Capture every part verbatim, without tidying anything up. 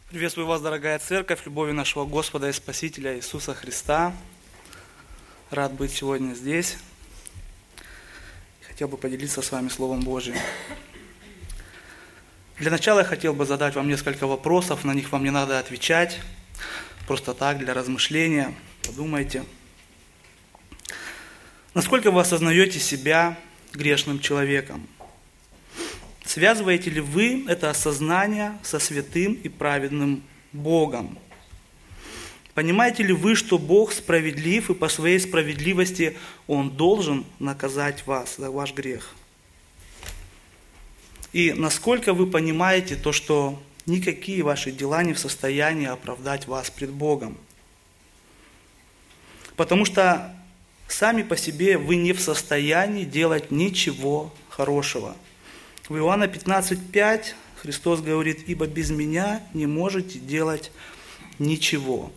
Приветствую вас, дорогая церковь, любовью нашего Господа и Спасителя Иисуса Христа. Рад быть сегодня здесь. Хотел бы поделиться с вами Словом Божьим. Для начала я хотел бы задать вам несколько вопросов, на них вам не надо отвечать. Просто так, для размышления. Подумайте. Насколько вы осознаете себя грешным человеком? Связываете ли вы это осознание со святым и праведным Богом? Понимаете ли вы, что Бог справедлив, и по своей справедливости Он должен наказать вас за ваш грех? И насколько вы понимаете то, что никакие ваши дела не в состоянии оправдать вас пред Богом? Потому что сами по себе вы не в состоянии делать ничего хорошего. В Иоанна пятнадцать пять Христос говорит: «Ибо без меня не можете делать ничего».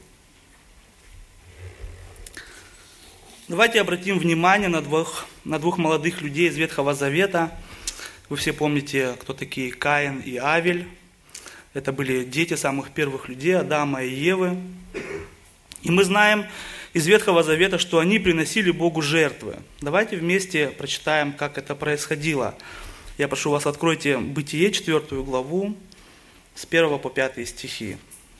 Давайте обратим внимание на двух, на двух молодых людей из Ветхого Завета. Вы все помните, кто такие Каин и Авель. Это были дети самых первых людей, Адама и Евы. И мы знаем из Ветхого Завета, что они приносили Богу жертвы. Давайте вместе прочитаем, как это происходило. Я прошу вас, откройте Бытие, четвертую главу, с первого по пятый стихи.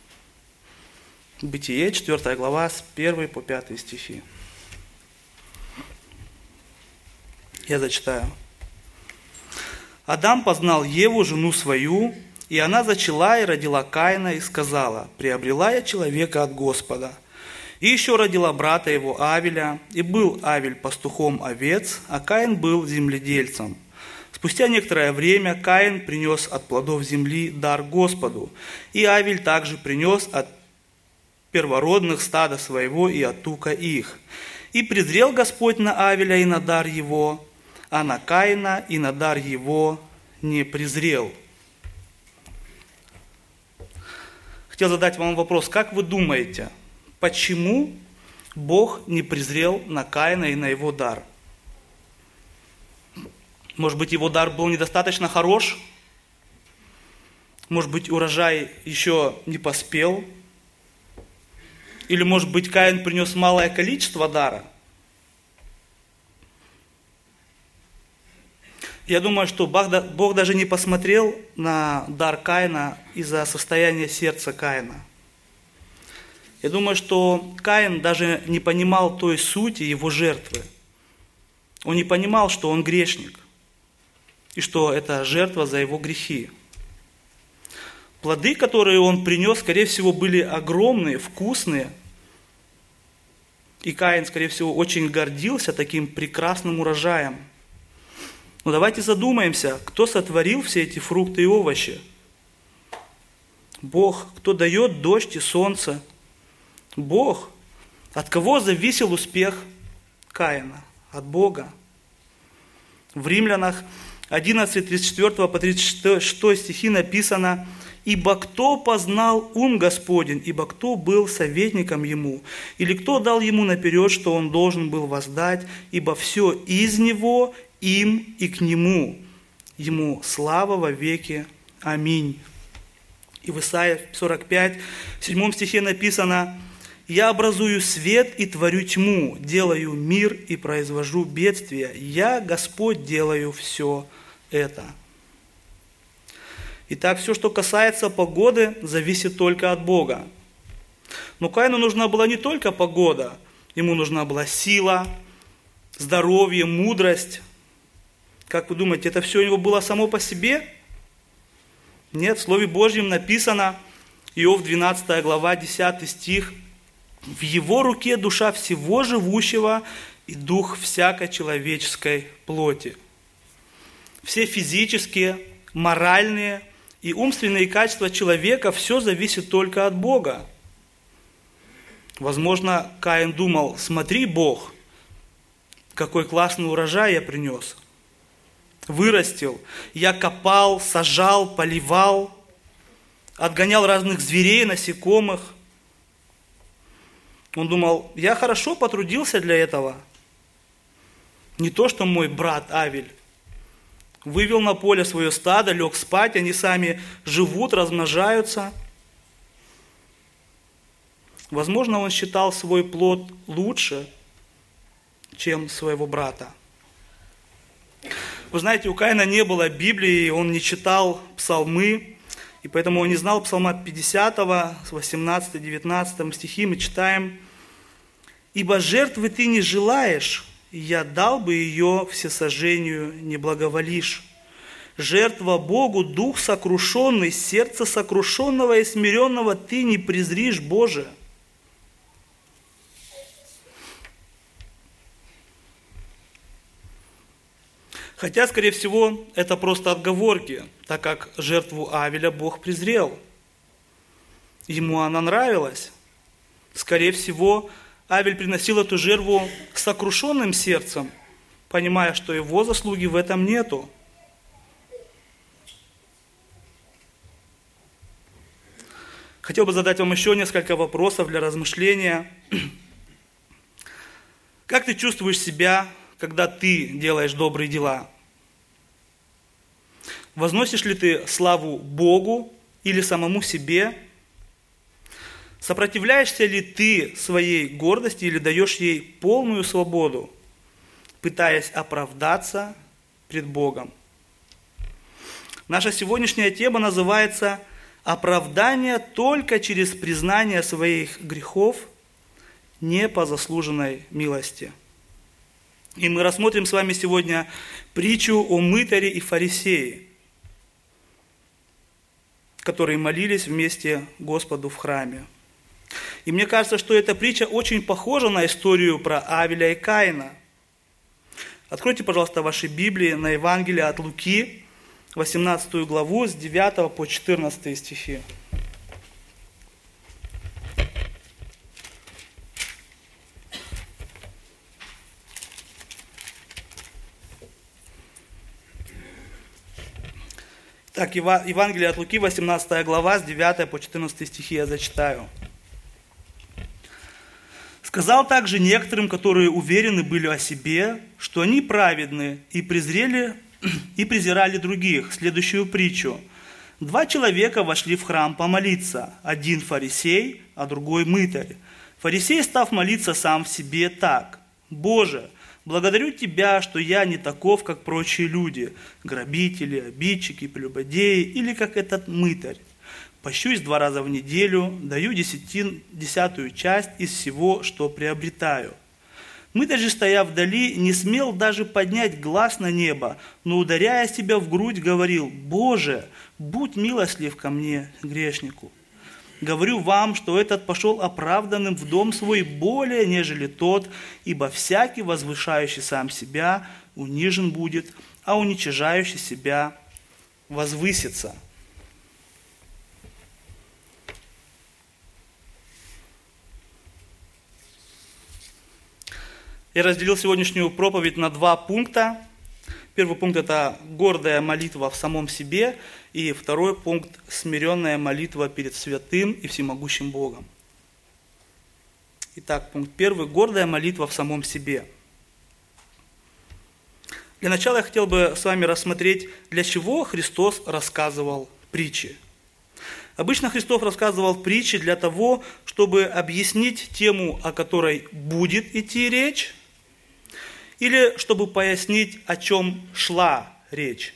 Бытие, четвертая глава, с первого по пятый стихи. Я зачитаю. «Адам познал Еву, жену свою, и она зачала и родила Каина, и сказала: приобрела я человека от Господа. И еще родила брата его Авеля, и был Авель пастухом овец, а Каин был земледельцем. Спустя некоторое время Каин принес от плодов земли дар Господу, и Авель также принес от первородных стада своего и от тука их. И презрел Господь на Авеля и на дар его, а на Каина и на дар его не презрел». Хотел задать вам вопрос: как вы думаете, почему Бог не презрел на Каина и на его дар? Может быть, его дар был недостаточно хорош? Может быть, урожай еще не поспел? Или, может быть, Каин принес малое количество дара? Я думаю, что Бог даже не посмотрел на дар Каина из-за состояния сердца Каина. Я думаю, что Каин даже не понимал той сути его жертвы. Он не понимал, что он грешник, и что это жертва за его грехи. Плоды, которые он принес, скорее всего, были огромные, вкусные. И Каин, скорее всего, очень гордился таким прекрасным урожаем. Но давайте задумаемся, кто сотворил все эти фрукты и овощи? Бог. Кто дает дождь и солнце? Бог. От кого зависел успех Каина? От Бога. В Римлянах одиннадцать, тридцать четыре по тридцать шесть стихи написано: «Ибо кто познал ум Господень, ибо кто был советником ему, или кто дал ему наперед, что он должен был воздать, ибо все из него, им и к нему, ему слава во веки. Аминь». И в Исаии сорок пять, в седьмом стихе написано: «Я образую свет и творю тьму, делаю мир и произвожу бедствия. Я, Господь, делаю все это». Итак, все, что касается погоды, зависит только от Бога. Но Каину нужна была не только погода, ему нужна была сила, здоровье, мудрость. Как вы думаете, это все у него было само по себе? Нет, в Слове Божьем написано, Иов двенадцатая глава, десятый стих: «В его руке душа всего живущего и дух всякой человеческой плоти». Все физические, моральные и умственные качества человека, все зависит только от Бога. Возможно, Каин думал: смотри, Бог, какой классный урожай я принес, вырастил, я копал, сажал, поливал, отгонял разных зверей, насекомых. Он думал: я хорошо потрудился для этого. Не то, что мой брат Авель. Вывел на поле свое стадо, лег спать, они сами живут, размножаются. Возможно, он считал свой плод лучше, чем своего брата. Вы знаете, у Каина не было Библии, он не читал псалмы, и поэтому он не знал псалма пятидесятого, с восемнадцатого, девятнадцатого стихи мы читаем: «Ибо жертвы ты не желаешь, и я дал бы ее всесожжению не благоволишь. Жертва Богу, дух сокрушенный, сердце сокрушенного и смиренного ты не презришь, Боже». Хотя, скорее всего, это просто отговорки, так как жертву Авеля Бог презрел. Ему она нравилась. Скорее всего, Авель приносил эту жертву с сокрушенным сердцем, понимая, что его заслуги в этом нету. Хотел бы задать вам еще несколько вопросов для размышления. Как ты чувствуешь себя, когда ты делаешь добрые дела? Возносишь ли ты славу Богу или самому себе? Сопротивляешься ли ты своей гордости или даешь ей полную свободу, пытаясь оправдаться пред Богом? Наша сегодняшняя тема называется «Оправдание только через признание своих грехов не по заслуженной милости». И мы рассмотрим с вами сегодня притчу о мытаре и фарисее, которые молились вместе Господу в храме. И мне кажется, что эта притча очень похожа на историю про Авеля и Каина. Откройте, пожалуйста, ваши Библии на Евангелие от Луки, восемнадцатую главу, с девятого по четырнадцатый стихи. Так, Евангелие от Луки, восемнадцатая глава, с девятого по четырнадцатый стихи я зачитаю. «Сказал также некоторым, которые уверены были о себе, что они праведны, и презрели, и презирали других, следующую притчу. Два человека вошли в храм помолиться, один фарисей, а другой мытарь. Фарисей, став молиться сам в себе так: «Боже, благодарю Тебя, что я не таков, как прочие люди, грабители, обидчики, прелюбодеи или как этот мытарь. Пощусь два раза в неделю, даю десятин, десятую часть из всего, что приобретаю». Мытарь же, стоя вдали, не смел даже поднять глаз на небо, но, ударяя себя в грудь, говорил: «Боже, будь милостлив ко мне, грешнику. Говорю вам, что этот пошел оправданным в дом свой более, нежели тот, ибо всякий, возвышающий сам себя, унижен будет, а уничижающий себя возвысится». Я разделил сегодняшнюю проповедь на два пункта. Первый пункт – это гордая молитва в самом себе, и второй пункт – смиренная молитва перед святым и всемогущим Богом. Итак, пункт первый – гордая молитва в самом себе. Для начала я хотел бы с вами рассмотреть, для чего Христос рассказывал притчи. Обычно Христос рассказывал притчи для того, чтобы объяснить тему, о которой будет идти речь, или чтобы пояснить, о чем шла речь.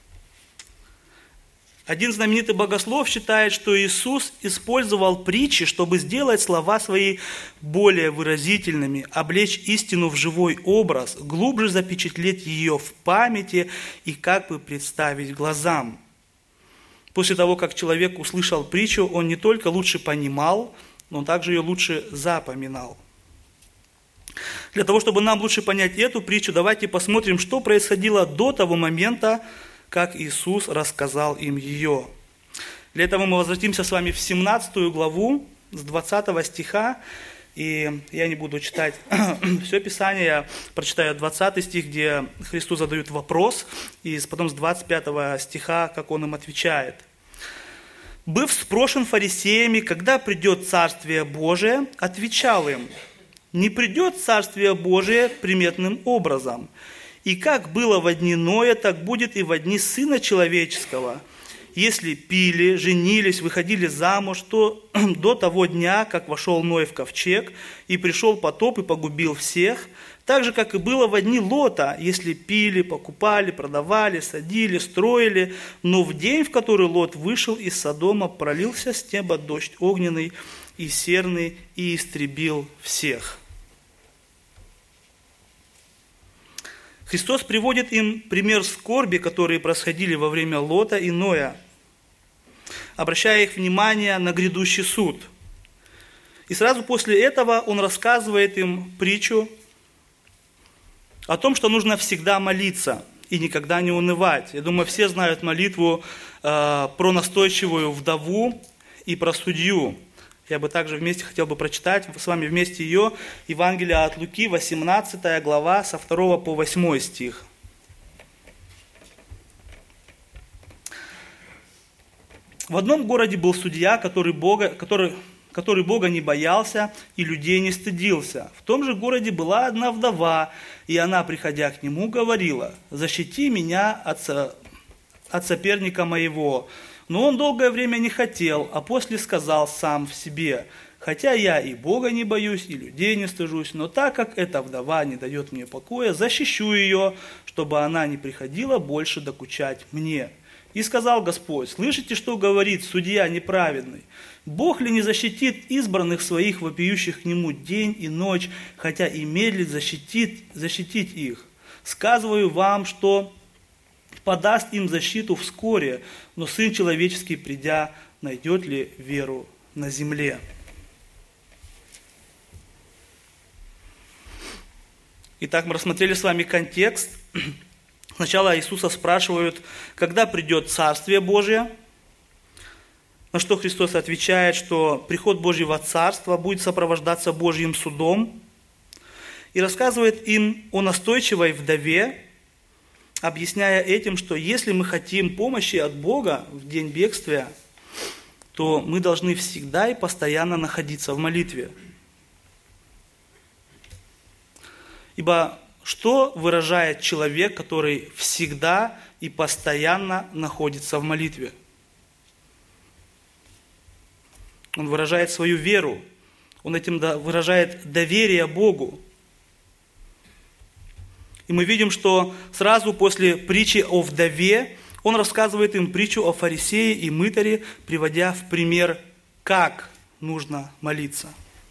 Один знаменитый богослов считает, что Иисус использовал притчи, чтобы сделать слова свои более выразительными, облечь истину в живой образ, глубже запечатлеть ее в памяти и как бы представить глазам. После того, как человек услышал притчу, он не только лучше понимал, но также ее лучше запоминал. Для того, чтобы нам лучше понять эту притчу, давайте посмотрим, что происходило до того момента, как Иисус рассказал им ее. Для этого мы возвратимся с вами в семнадцатую главу, с двадцатого стиха, и я не буду читать все Писание, я прочитаю двадцатый стих, где Христу задают вопрос, и потом с двадцать пятого стиха, как Он им отвечает. «Быв спрошен фарисеями, когда придет Царствие Божие, отвечал им: не придет Царствие Божие приметным образом. И как было во дни Ноя, так будет и во дни Сына Человеческого. если пили, женились, выходили замуж, то до того дня, как вошел Ной в ковчег, и пришел потоп и погубил всех, так же, как и было во дни Лота, если пили, покупали, продавали, садили, строили, но в день, в который Лот вышел из Содома, пролился с неба дождь огненный и серный, и истребил всех». Христос приводит им пример скорби, которые происходили во время Лота и Ноя, обращая их внимание на грядущий суд. И сразу после этого Он рассказывает им притчу о том, что нужно всегда молиться и никогда не унывать. Я думаю, все знают молитву э, про настойчивую вдову и про судью. Я бы также вместе хотел бы прочитать с вами вместе ее, Евангелие от Луки, восемнадцатая глава, со второго по восьмой стих. В одном городе был судья, который Бога, который, который Бога не боялся и людей не стыдился. В том же городе была одна вдова, и она, приходя к нему, говорила: «Защити меня от, со, от соперника моего». Но он долгое время не хотел, а после сказал сам в себе: «Хотя я и Бога не боюсь, и людей не стыжусь, но так как эта вдова не дает мне покоя, защищу ее, чтобы она не приходила больше докучать мне». И сказал Господь: «Слышите, что говорит судья неправедный? Бог ли не защитит избранных своих, вопиющих к нему день и ночь, хотя и медлит защитить, защитить их? Сказываю вам, что подаст им защиту вскоре, но Сын Человеческий, придя, найдет ли веру на земле?» Итак, мы рассмотрели с вами контекст. Сначала Иисуса спрашивают, когда придет Царствие Божие, на что Христос отвечает, что приход Божий во Царство будет сопровождаться Божьим судом, и рассказывает им о настойчивой вдове, объясняя этим, что если мы хотим помощи от Бога в день бегствия, то мы должны всегда и постоянно находиться в молитве. Ибо что выражает человек, который всегда и постоянно находится в молитве? Он выражает свою веру, он этим выражает доверие Богу. И мы видим, что сразу после притчи о вдове он рассказывает им притчу о фарисее и мытаре, приводя в пример, как нужно молиться.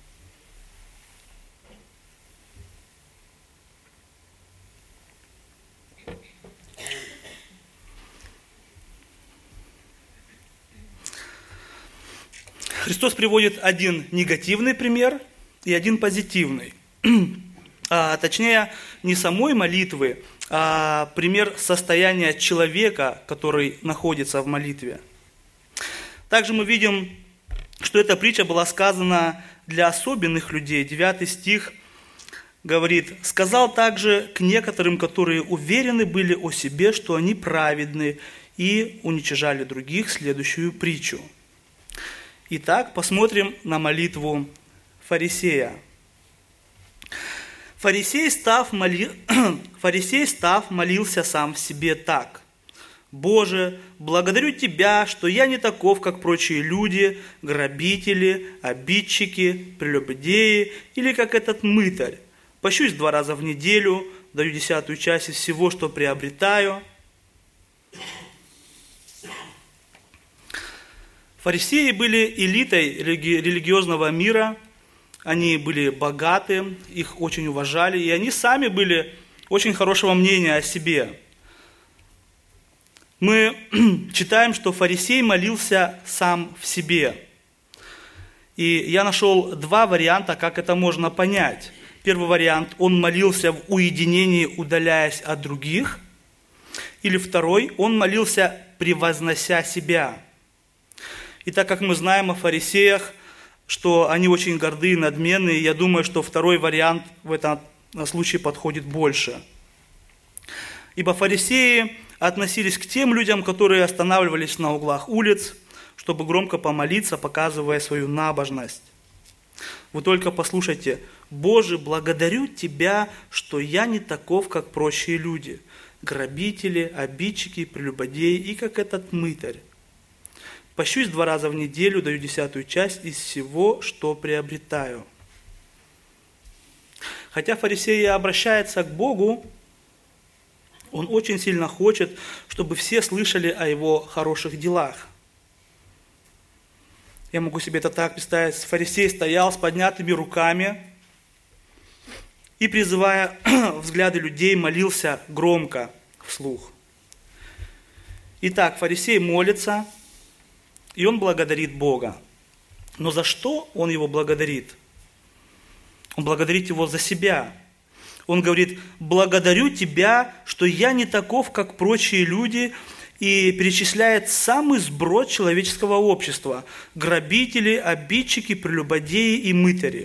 Христос приводит один негативный пример и один позитивный. А, точнее, не самой молитвы, а пример состояния человека, который находится в молитве. Также мы видим, что эта притча была сказана для особенных людей. Девятый стих говорит: «Сказал также к некоторым, которые уверены были о себе, что они праведны, и уничижали других, следующую притчу». Итак, посмотрим на молитву фарисея. Фарисей, став, моли... Фарисей, став, молился сам в себе так: «Боже, благодарю Тебя, что я не таков, как прочие люди, грабители, обидчики, прелюбодеи, или как этот мытарь. Пощусь два раза в неделю, даю десятую часть из всего, что приобретаю». Фарисеи были элитой религиозного мира, они были богаты, их очень уважали, и они сами были очень хорошего мнения о себе. Мы читаем, что фарисей молился сам в себе. И я нашел два варианта, как это можно понять. Первый вариант – он молился в уединении, удаляясь от других. Или второй – он молился, превознося себя. И так как мы знаем о фарисеях, что они очень горды и надменные, я думаю, что второй вариант в этом случае подходит больше. Ибо фарисеи относились к тем людям, которые останавливались на углах улиц, чтобы громко помолиться, показывая свою набожность. Вы только послушайте: «Боже, благодарю Тебя, что я не таков, как прочие люди, грабители, обидчики, прелюбодеи и как этот мытарь». Пощусь два раза в неделю, даю десятую часть из всего, что приобретаю. Хотя фарисей обращается к Богу, он очень сильно хочет, чтобы все слышали о его хороших делах. Я могу себе это так представить. Фарисей стоял с поднятыми руками и, призывая взгляды людей, молился громко вслух. Итак, фарисей молится, и он благодарит Бога. Но за что он его благодарит? Он благодарит его за себя. Он говорит: благодарю тебя, что я не таков, как прочие люди, и перечисляет самый сброд человеческого общества: грабители, обидчики, прелюбодеи и мытари.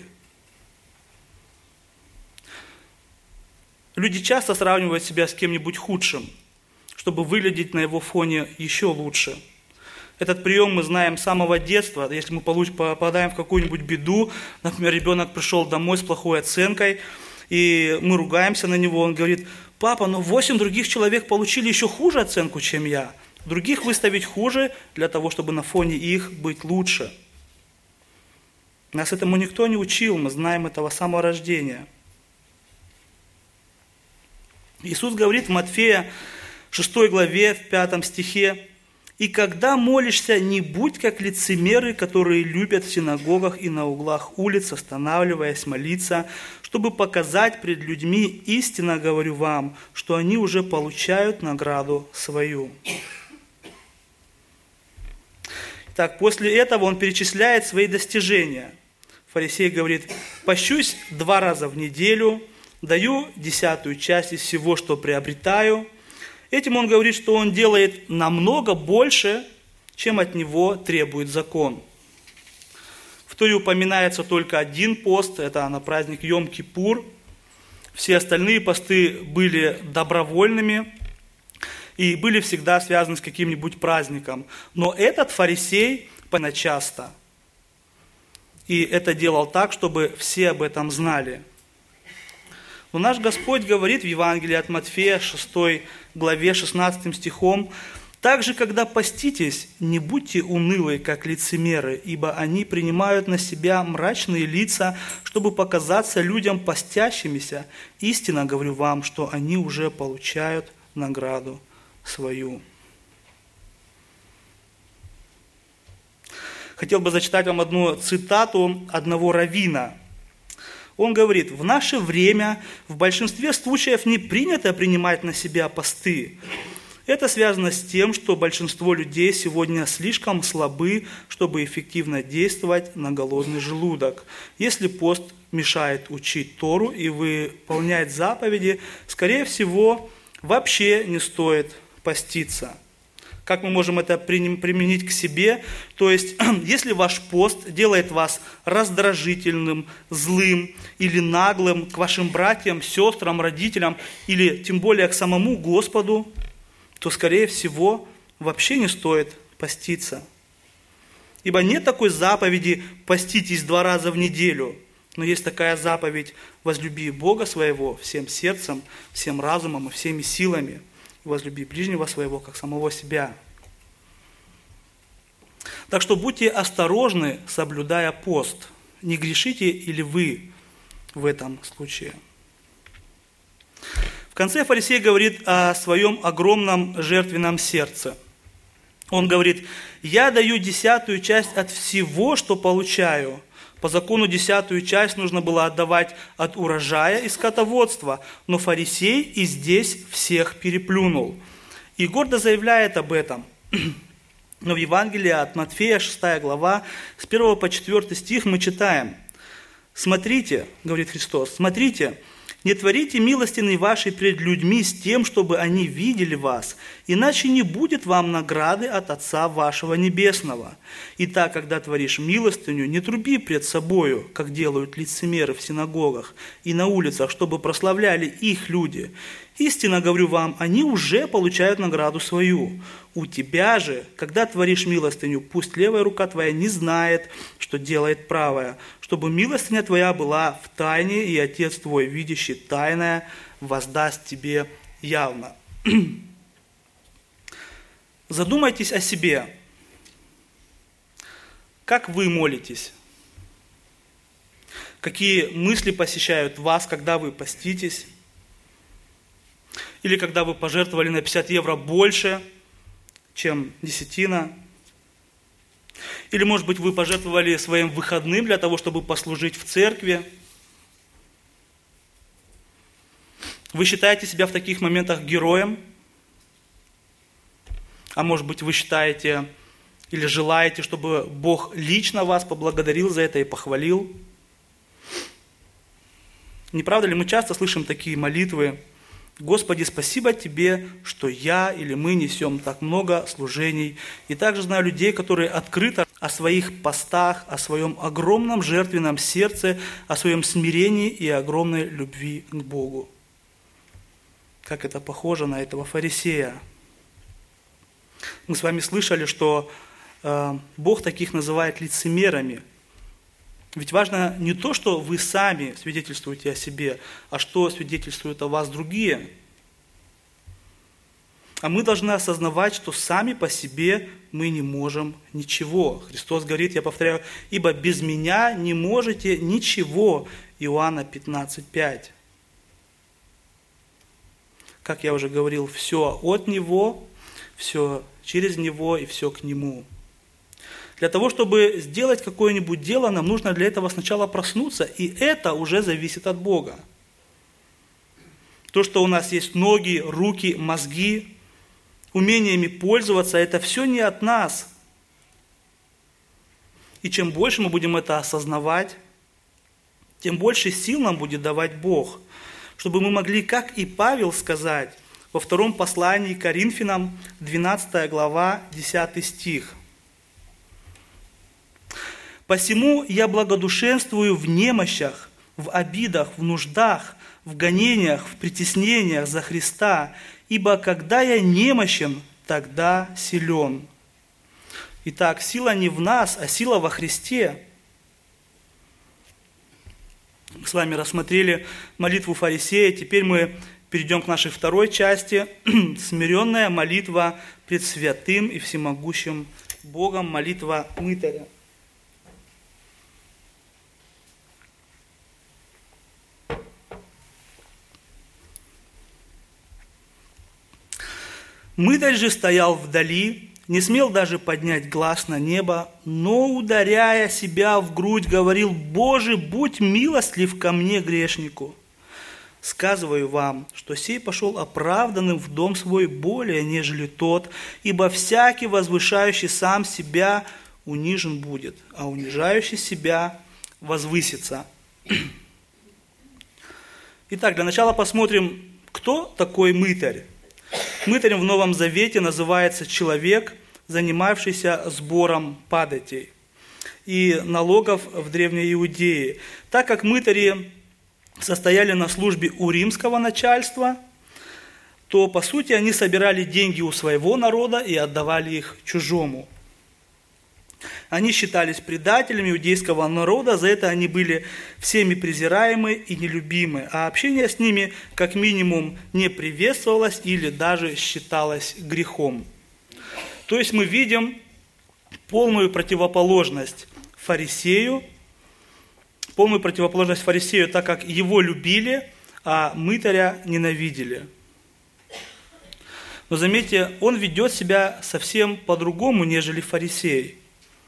Люди часто сравнивают себя с кем-нибудь худшим, чтобы выглядеть на его фоне еще лучше. Этот прием мы знаем с самого детства. Если мы попадаем в какую-нибудь беду, например, ребенок пришел домой с плохой оценкой, и мы ругаемся на него, он говорит: папа, но восемь других человек получили еще хуже оценку, чем я. Других выставить хуже, для того, чтобы на фоне их быть лучше. Нас этому никто не учил, мы знаем этого с самого рождения. Иисус говорит в Матфея шестой главе, в пятом стихе: «И когда молишься, не будь как лицемеры, которые любят в синагогах и на углах улиц, останавливаясь молиться, чтобы показать пред людьми, истинно говорю вам, что они уже получают награду свою». Так, после этого он перечисляет свои достижения. Фарисей говорит: «Пощусь два раза в неделю, даю десятую часть из всего, что приобретаю». Этим он говорит, что он делает намного больше, чем от него требует закон. В Торе упоминается только один пост, это на праздник Йом-Кипур. Все остальные посты были добровольными и были всегда связаны с каким-нибудь праздником. Но этот фарисей часто. И это делал так, чтобы все об этом знали. Но наш Господь говорит в Евангелии от Матфея, шестой главе, шестнадцатым стихом: «Также, когда поститесь, не будьте унылы, как лицемеры, ибо они принимают на себя мрачные лица, чтобы показаться людям постящимися. Истинно говорю вам, что они уже получают награду свою». Хотел бы зачитать вам одну цитату одного раввина. Он говорит: «В наше время в большинстве случаев не принято принимать на себя посты. Это связано с тем, что большинство людей сегодня слишком слабы, чтобы эффективно действовать на голодный желудок. Если пост мешает учить Тору и выполнять заповеди, скорее всего, вообще не стоит поститься». Как мы можем это применить к себе? То есть, если ваш пост делает вас раздражительным, злым или наглым к вашим братьям, сестрам, родителям, или тем более к самому Господу, то, скорее всего, вообще не стоит поститься. Ибо нет такой заповеди «поститесь два раза в неделю», но есть такая заповедь «возлюби Бога своего всем сердцем, всем разумом и всеми силами». «Возлюби ближнего своего, как самого себя». Так что будьте осторожны, соблюдая пост. Не грешите или вы в этом случае. В конце фарисей говорит о своем огромном жертвенном сердце. Он говорит: «Я даю десятую часть от всего, что получаю». По закону десятую часть нужно было отдавать от урожая и скотоводства, но фарисей и здесь всех переплюнул. И гордо заявляет об этом. Но в Евангелии от Матфея, шестая глава, с первого по четвёртый стих мы читаем: «Смотрите, — говорит Христос, — смотрите, не творите милостины вашей пред людьми с тем, чтобы они видели вас, иначе не будет вам награды от Отца вашего Небесного. Итак, когда творишь милостыню, не труби пред собою, как делают лицемеры в синагогах и на улицах, чтобы прославляли их люди. Истинно говорю вам, они уже получают награду свою. У тебя же, когда творишь милостыню, пусть левая рука твоя не знает, что делает правая, чтобы милостыня твоя была в тайне, и Отец твой, видящий тайное, воздаст тебе явно». Задумайтесь о себе. Как вы молитесь? Какие мысли посещают вас, когда вы поститесь? Или когда вы пожертвовали на пятьдесят евро больше, чем десятина? Или, может быть, вы пожертвовали своим выходным для того, чтобы послужить в церкви? Вы считаете себя в таких моментах героем? А может быть, вы считаете или желаете, чтобы Бог лично вас поблагодарил за это и похвалил? Не правда ли, мы часто слышим такие молитвы: «Господи, спасибо Тебе, что я или мы несем так много служений». И также знаю людей, которые открыто о своих постах, о своем огромном жертвенном сердце, о своем смирении и огромной любви к Богу. Как это похоже на этого фарисея. Мы с вами слышали, что э, Бог таких называет лицемерами. Ведь важно не то, что вы сами свидетельствуете о себе, а что свидетельствуют о вас другие. А мы должны осознавать, что сами по себе мы не можем ничего. Христос говорит, я повторяю, «Ибо без меня не можете ничего». Иоанна пятнадцать пять. Как я уже говорил, все от Него, все через Него и все к Нему. Для того, чтобы сделать какое-нибудь дело, нам нужно для этого сначала проснуться, и это уже зависит от Бога. То, что у нас есть ноги, руки, мозги, умениями пользоваться, это все не от нас. И чем больше мы будем это осознавать, тем больше сил нам будет давать Бог, чтобы мы могли, как и Павел, сказать во втором послании к Коринфянам, двенадцатая глава, десятый стих. «Посему я благодушенствую в немощах, в обидах, в нуждах, в гонениях, в притеснениях за Христа, ибо когда я немощен, тогда силен». Итак, сила не в нас, а сила во Христе. Мы с вами рассмотрели молитву фарисея, теперь мы перейдем к нашей второй части, смиренная молитва пред святым и всемогущим Богом, молитва мытаря. Мытарь же стоял вдали, не смел даже поднять глаз на небо, но, ударяя себя в грудь, говорил: «Боже, будь милостлив ко мне, грешнику. Сказываю вам, что сей пошел оправданным в дом свой более, нежели тот, ибо всякий, возвышающий сам себя, унижен будет, а унижающий себя возвысится». Итак, для начала посмотрим, кто такой мытарь. Мытарем в Новом Завете называется человек, занимавшийся сбором падатей и налогов в Древней Иудее. Так как мытари состояли на службе у римского начальства, то, по сути, они собирали деньги у своего народа и отдавали их чужому. Они считались предателями иудейского народа, за это они были всеми презираемы и нелюбимы, а общение с ними как минимум не приветствовалось или даже считалось грехом. То есть мы видим полную противоположность фарисею, полную противоположность фарисею, так как его любили, а мытаря ненавидели. Но заметьте, он ведет себя совсем по-другому, нежели фарисей.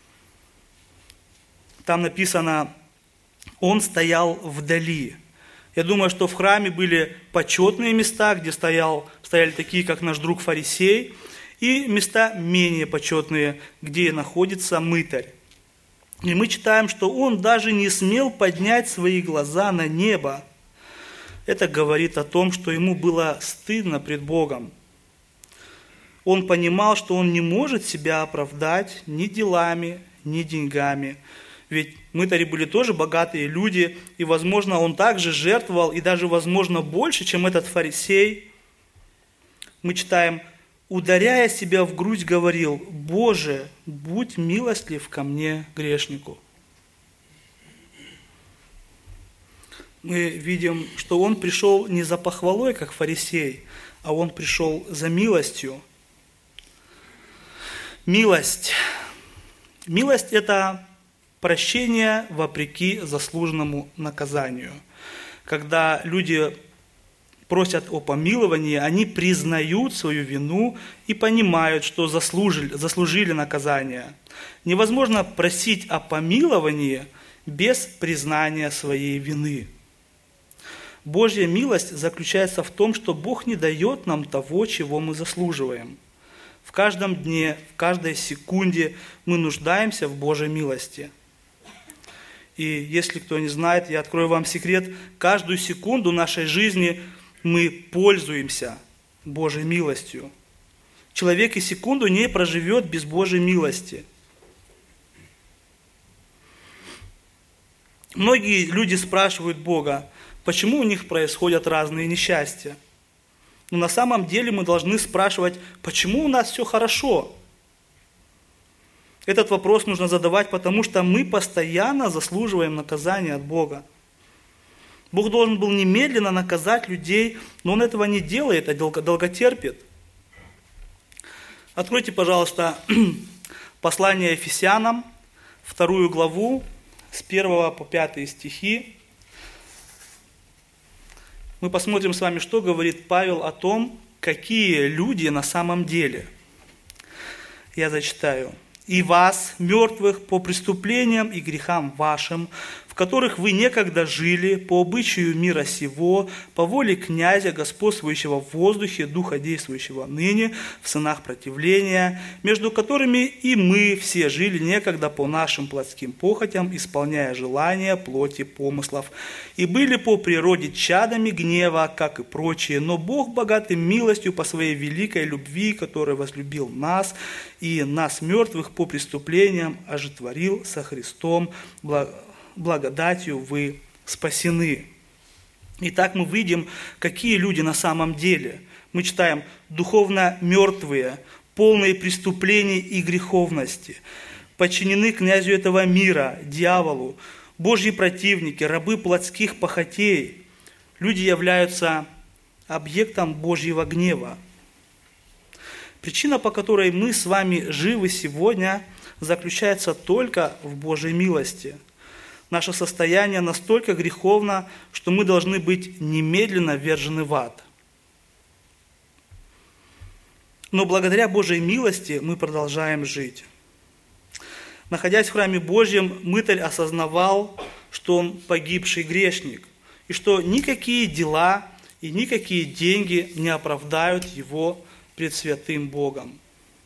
Там написано, он стоял вдали. Я думаю, что в храме были почетные места, где стоял, стояли такие, как наш друг фарисей, и места менее почетные, где находится мытарь. И мы читаем, что он даже не смел поднять свои глаза на небо. Это говорит о том, что ему было стыдно пред Богом. Он понимал, что он не может себя оправдать ни делами, ни деньгами. Ведь мытари были тоже богатые люди, и, возможно, он также жертвовал, и даже, возможно, больше, чем этот фарисей. Мы читаем, ударяя себя в грудь, говорил: «Боже, будь милостлив ко мне, грешнику». Мы видим, что он пришел не за похвалой, как фарисей, а он пришел за милостью. Милость. Милость – это Прощение вопреки заслуженному наказанию. Когда люди просят о помиловании, они признают свою вину и понимают, что заслужили, заслужили наказание. Невозможно просить о помиловании без признания своей вины. Божья милость заключается в том, что Бог не дает нам того, чего мы заслуживаем. В каждом дне, в каждой секунде мы нуждаемся в Божьей милости. И если кто не знает, я открою вам секрет, каждую секунду нашей жизни мы пользуемся Божьей милостью. Человек и секунду не проживет без Божьей милости. Многие люди спрашивают Бога, почему у них происходят разные несчастья. Но на самом деле мы должны спрашивать, почему у нас все хорошо. Этот вопрос нужно задавать, потому что мы постоянно заслуживаем наказания от Бога. Бог должен был немедленно наказать людей, но Он этого не делает, а долготерпит. Откройте, пожалуйста, послание Ефесянам, вторую главу, с первого по пятый стихи. Мы посмотрим с вами, что говорит Павел о том, какие люди на самом деле. Я зачитаю. «И вас, мертвых, по преступлениям и грехам вашим, в которых вы некогда жили, по обычаю мира сего, по воле князя, господствующего в воздухе, духа действующего ныне, в сынах противления, между которыми и мы все жили некогда по нашим плотским похотям, исполняя желания плоти помыслов, и были по природе чадами гнева, как и прочие, но Бог богатым милостью по своей великой любви, который возлюбил нас, и нас мертвых по преступлениям ожитворил со Христом, благодатью вы спасены». Итак, мы видим, какие люди на самом деле. Мы читаем: духовно мертвые, полные преступлений и греховности, подчинены князю этого мира, дьяволу, Божьи противники, рабы плотских похотей. Люди являются объектом Божьего гнева. Причина, по которой мы с вами живы сегодня, заключается только в Божьей милости. Наше состояние настолько греховно, что мы должны быть немедленно ввержены в ад. Но благодаря Божьей милости мы продолжаем жить. Находясь в храме Божьем, мытарь осознавал, что он погибший грешник, и что никакие дела и никакие деньги не оправдают его пред святым Богом.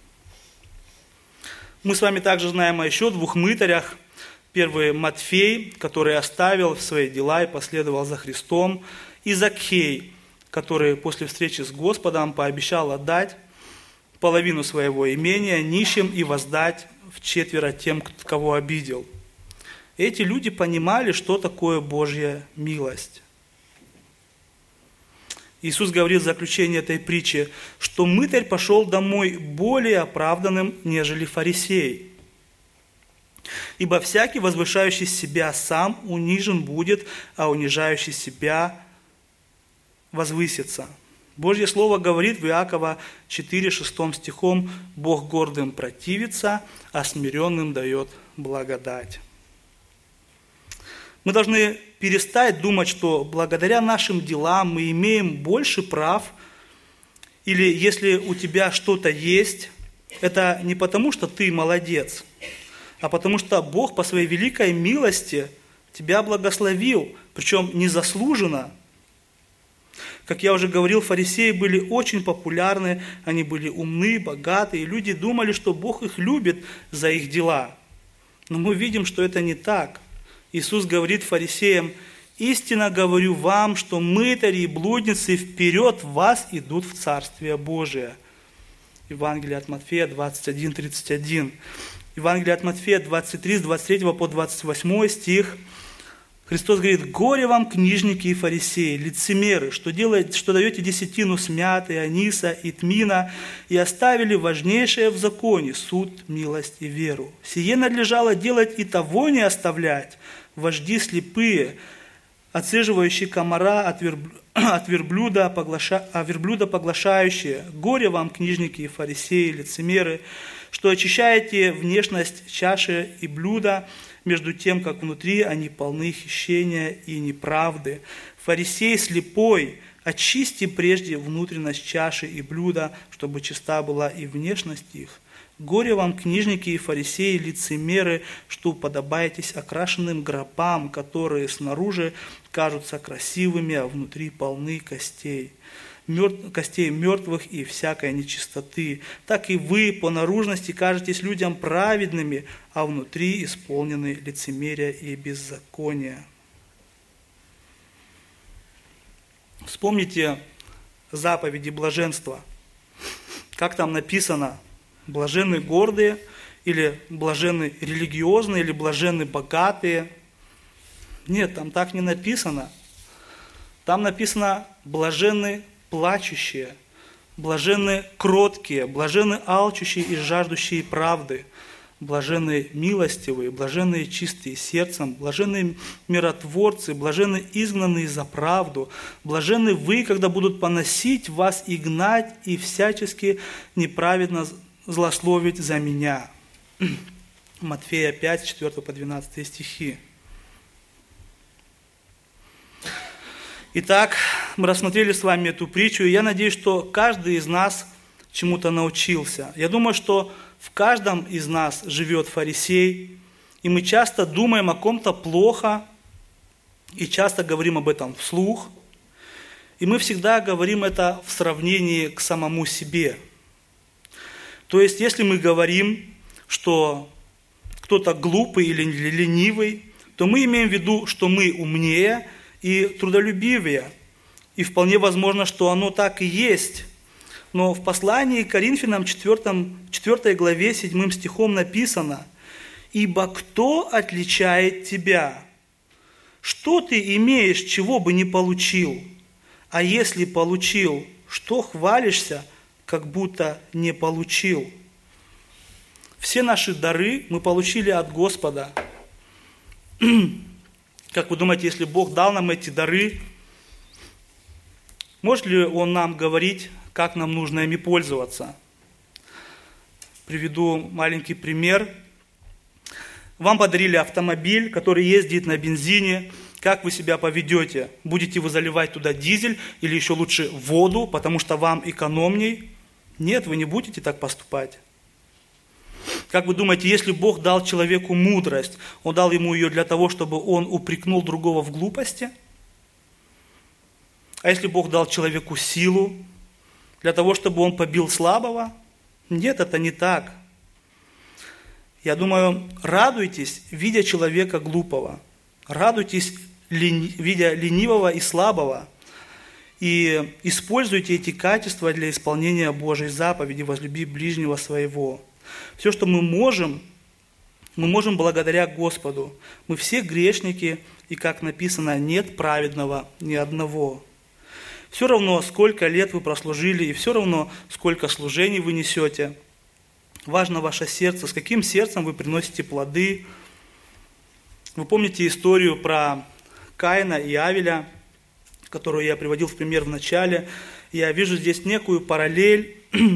Мы с вами также знаем о еще двух мытарях. Первый Матфей, который оставил свои дела и последовал за Христом, и Закхей, который после встречи с Господом пообещал отдать половину своего имения нищим и воздать вчетверо тем, кого обидел. Эти люди понимали, что такое Божья милость. Иисус говорит в заключении этой притчи, что мытарь пошел домой более оправданным, нежели фарисей. Ибо всякий, возвышающий себя сам, унижен будет, а унижающий себя возвысится. Божье Слово говорит в Иакова четыре, шестом стихом: «Бог гордым противится, а смиренным дает благодать». Мы должны перестать думать, что благодаря нашим делам мы имеем больше прав, или если у тебя что-то есть, это не потому, что ты молодец, а потому что Бог по своей великой милости тебя благословил, причем незаслуженно. Как я уже говорил, фарисеи были очень популярны, они были умны, богаты, и люди думали, что Бог их любит за их дела. Но мы видим, что это не так. Иисус говорит фарисеям: «Истинно говорю вам, что мытари и блудницы вперед вас идут в Царствие Божие». Евангелие от Матфея двадцать один, тридцать один. Евангелие от Матфея двадцать три, с двадцать третьего по двадцать восьмой стих. Христос говорит: «Горе вам, книжники и фарисеи, лицемеры, что, делаете, что даете десятину с мяты, аниса и тмина, и оставили важнейшее в законе – суд, милость и веру. Сие надлежало делать и того не оставлять. Вожди слепые, отцеживающие комара от, верб... от верблюда, поглаша... а верблюда поглашающие. Горе вам, книжники и фарисеи, лицемеры, что очищаете внешность чаши и блюда, между тем, как внутри они полны хищения и неправды. Фарисей слепой, очисти прежде внутренность чаши и блюда, чтобы чиста была и внешность их. Горе вам, книжники и фарисеи, лицемеры, что уподобаетесь окрашенным гробам, которые снаружи кажутся красивыми, а внутри полны костей. Мертв, костей мертвых и всякой нечистоты. Так и вы по наружности кажетесь людям праведными, а внутри исполнены лицемерия и беззакония. Вспомните заповеди блаженства. Как там написано? Блаженны гордые, или блаженны религиозные, или блаженны богатые. Нет, там так не написано. Там написано блаженны плачущие, блаженны кроткие, блаженны алчущие и жаждущие правды, блаженны милостивые, блаженные чистые сердцем, блаженны миротворцы, блаженны изгнанные за правду, блаженны вы, когда будут поносить вас и гнать, и всячески неправедно злословить за меня. Матфея пять, четыре по двенадцать стихи. Итак, мы рассмотрели с вами эту притчу, и я надеюсь, что каждый из нас чему-то научился. Я думаю, что в каждом из нас живет фарисей, и мы часто думаем о ком-то плохо, и часто говорим об этом вслух, и мы всегда говорим это в сравнении к самому себе. То есть, если мы говорим, что кто-то глупый или ленивый, то мы имеем в виду, что мы умнее и трудолюбивее. И вполне возможно, что оно так и есть. Но в послании к Коринфянам четвёртой главе седьмым стихом написано: «Ибо кто отличает тебя? Что ты имеешь, чего бы не получил? А если получил, что хвалишься, как будто не получил?» Все наши дары мы получили от Господа. Как вы думаете, если Бог дал нам эти дары, может ли Он нам говорить, как нам нужно ими пользоваться? Приведу маленький пример. Вам подарили автомобиль, который ездит на бензине. Как вы себя поведете? Будете вы заливать туда дизель или еще лучше воду, потому что вам экономней? Нет, вы не будете так поступать. Как вы думаете, если Бог дал человеку мудрость, Он дал ему ее для того, чтобы он упрекнул другого в глупости? А если Бог дал человеку силу, для того, чтобы он побил слабого? Нет, это не так. Я думаю, радуйтесь, видя человека глупого. Радуйтесь, видя ленивого и слабого. И используйте эти качества для исполнения Божьей заповеди: возлюби ближнего своего. Все, что мы можем, мы можем благодаря Господу. Мы все грешники, и, как написано, нет праведного ни одного. Все равно, сколько лет вы прослужили, и все равно, сколько служений вы несете. Важно ваше сердце, с каким сердцем вы приносите плоды. Вы помните историю про Каина и Авеля, которую я приводил в пример в начале. Я вижу здесь некую параллель.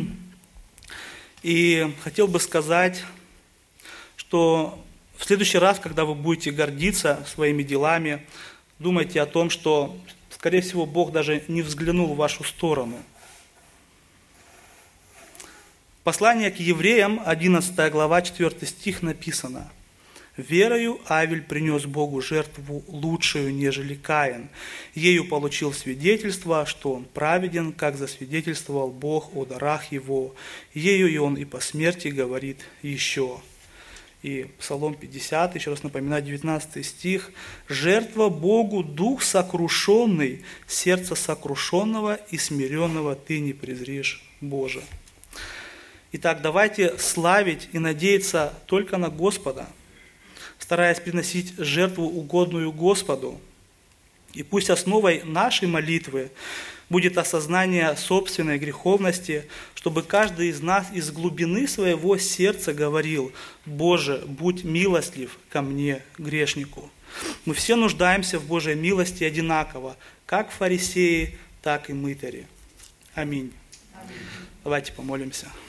И хотел бы сказать, что в следующий раз, когда вы будете гордиться своими делами, думайте о том, что, скорее всего, Бог даже не взглянул в вашу сторону. Послание к евреям, одиннадцатая глава, четвёртый стих написано: «Верою Авель принес Богу жертву лучшую, нежели Каин. Ею получил свидетельство, что он праведен, как засвидетельствовал Бог о дарах его. Ею и он и по смерти говорит еще». И Псалом пятьдесят, еще раз напоминаю, девятнадцатый стих: «Жертва Богу дух сокрушенный, сердце сокрушенного и смиренного ты не презришь, Боже». Итак, давайте славить и надеяться только на Господа, стараясь приносить жертву, угодную Господу. И пусть основой нашей молитвы будет осознание собственной греховности, чтобы каждый из нас из глубины своего сердца говорил: «Боже, будь милостлив ко мне, грешнику». Мы все нуждаемся в Божьей милости одинаково, как фарисеи, так и мытари. Аминь. Аминь. Давайте помолимся.